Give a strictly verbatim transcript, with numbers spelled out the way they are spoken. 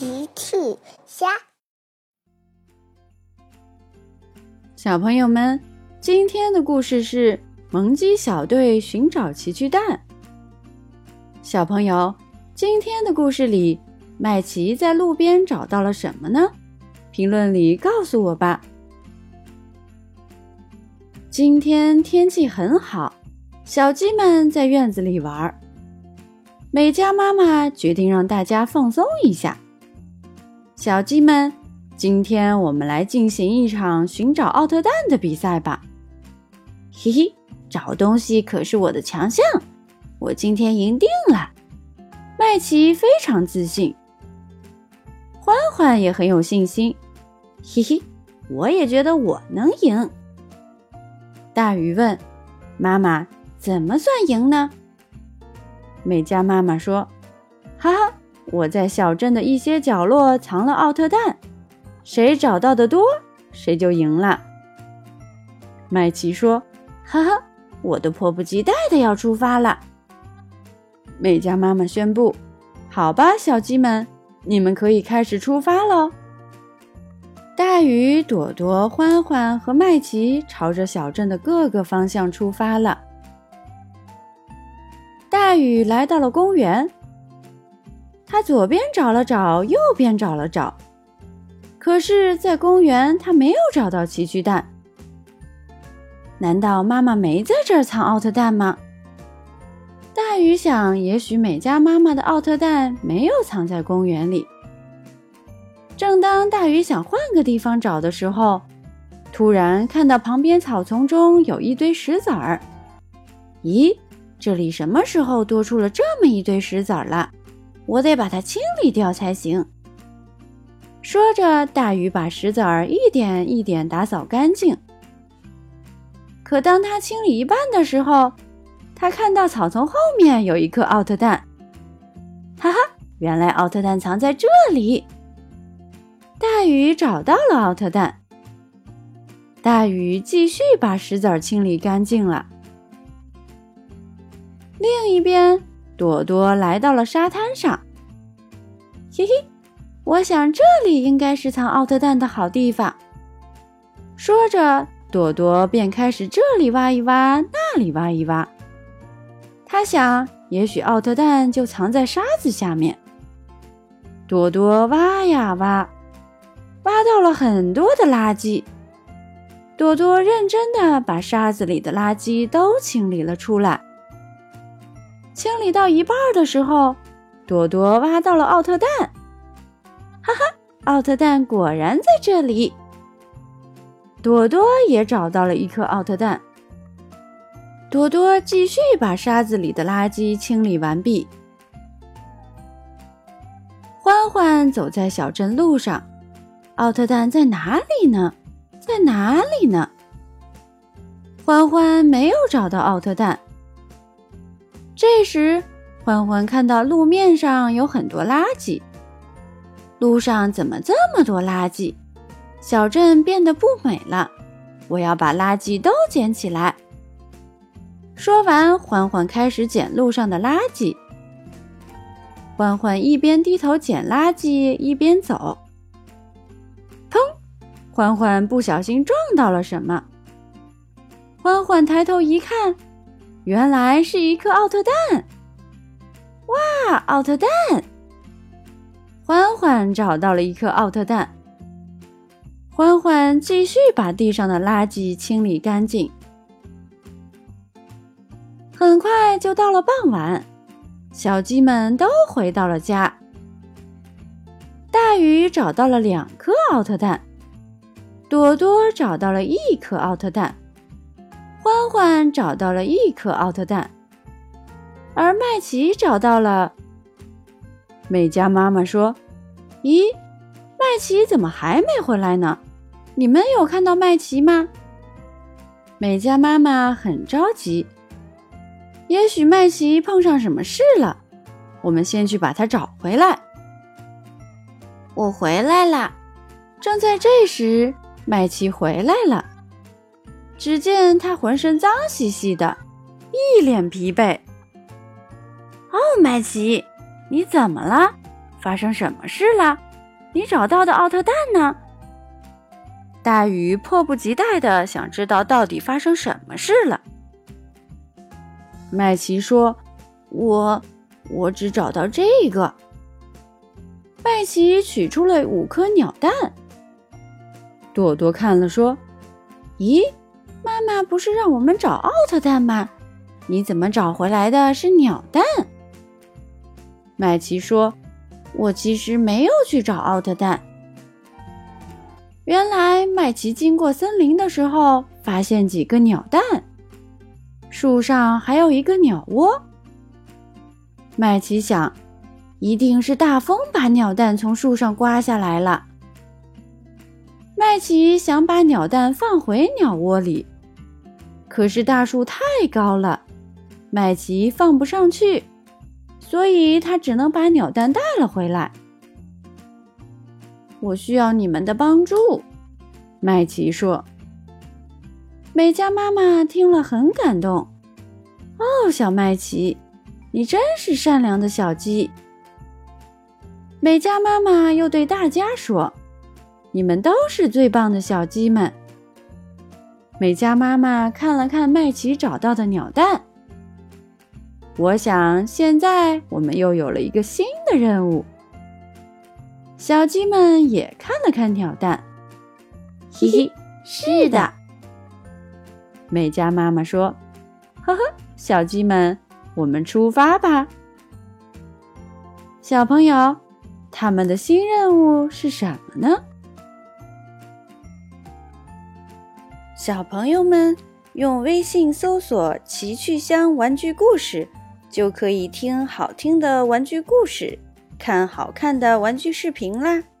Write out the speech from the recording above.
奇趣虾。 小朋友们，今天的故事是萌鸡小队寻找奇趣蛋。小朋友，今天的故事里，麦琪在路边找到了什么呢？评论里告诉我吧。今天天气很好，小鸡们在院子里玩。美嘉妈妈决定让大家放松一下。小鸡们，今天我们来进行一场寻找奥特蛋的比赛吧。嘿嘿，找东西可是我的强项，我今天赢定了。麦琪非常自信，欢欢也很有信心。嘿嘿，我也觉得我能赢。大鱼问妈妈，怎么算赢呢？美嘉妈妈说，哈哈，我在小镇的一些角落藏了奥特蛋，谁找到的多，谁就赢了。麦琪说，哈哈，我都迫不及待的要出发了。美嘉妈妈宣布，好吧，小鸡们，你们可以开始出发咯。大鱼、朵朵、欢欢和麦琪朝着小镇的各个方向出发了。大鱼来到了公园，他左边找了找，右边找了找，可是在公园他没有找到奇趣蛋。难道妈妈没在这儿藏奥特蛋吗？大鱼想，也许美嘉妈妈的奥特蛋没有藏在公园里。正当大鱼想换个地方找的时候，突然看到旁边草丛中有一堆石子儿。咦，这里什么时候多出了这么一堆石子儿了？我得把它清理掉才行。说着，大鱼把石子儿一点一点打扫干净。可当他清理一半的时候，他看到草丛后面有一颗奥特蛋。哈哈，原来奥特蛋藏在这里。大鱼找到了奥特蛋。大鱼继续把石子儿清理干净了。另一边，朵朵来到了沙滩上。嘿嘿，我想这里应该是藏奥特蛋的好地方。说着，朵朵便开始这里挖一挖，那里挖一挖。他想，也许奥特蛋就藏在沙子下面。朵朵挖呀挖，挖到了很多的垃圾。朵朵认真地把沙子里的垃圾都清理了出来。清理到一半的时候，朵朵挖到了奥特蛋。哈哈，奥特蛋果然在这里。朵朵也找到了一颗奥特蛋。朵朵继续把沙子里的垃圾清理完毕。欢欢走在小镇路上，奥特蛋在哪里呢？在哪里呢？欢欢没有找到奥特蛋。这时，欢欢看到路面上有很多垃圾。路上怎么这么多垃圾？小镇变得不美了。我要把垃圾都捡起来。说完，欢欢开始捡路上的垃圾。欢欢一边低头捡垃圾，一边走。砰！欢欢不小心撞到了什么。欢欢抬头一看，原来是一颗奥特蛋。哇，奥特蛋！欢欢找到了一颗奥特蛋。欢欢继续把地上的垃圾清理干净。很快就到了傍晚，小鸡们都回到了家。大鱼找到了两颗奥特蛋，朵朵找到了一颗奥特蛋，欢欢找到了一颗奥特蛋，而麦琪找到了。美嘉妈妈说，咦，麦琪怎么还没回来呢？你们有看到麦琪吗？美嘉妈妈很着急，也许麦琪碰上什么事了，我们先去把她找回来。我回来啦。正在这时，麦琪回来了。只见她浑身脏兮兮的，一脸疲惫。哦，麦琪，你怎么了？发生什么事了？ 你找到的奥特蛋呢？大鱼迫不及待地想知道到底发生什么事了。麦琪说：“我我只找到这个。”麦琪取出了五颗鸟蛋。朵朵看了说：“咦，妈妈不是让我们找奥特蛋吗？你怎么找回来的是鸟蛋？”麦琪说：“我其实没有去找奥特蛋。”原来麦琪经过森林的时候，发现几个鸟蛋，树上还有一个鸟窝。麦琪想，一定是大风把鸟蛋从树上刮下来了。麦琪想把鸟蛋放回鸟窝里，可是大树太高了，麦琪放不上去，所以他只能把鸟蛋带了回来。我需要你们的帮助，麦琪说。美嘉妈妈听了很感动。哦，小麦琪，你真是善良的小鸡。美嘉妈妈又对大家说，你们都是最棒的小鸡们。美嘉妈妈看了看麦琪找到的鸟蛋，我想现在我们又有了一个新的任务。小鸡们也看了看鸟蛋，嘿嘿，是的。美嘉妈妈说：“呵呵，小鸡们，我们出发吧。”小朋友，他们的新任务是什么呢？小朋友们用微信搜索“奇趣箱玩具故事”，就可以听好听的玩具故事，看好看的玩具视频啦。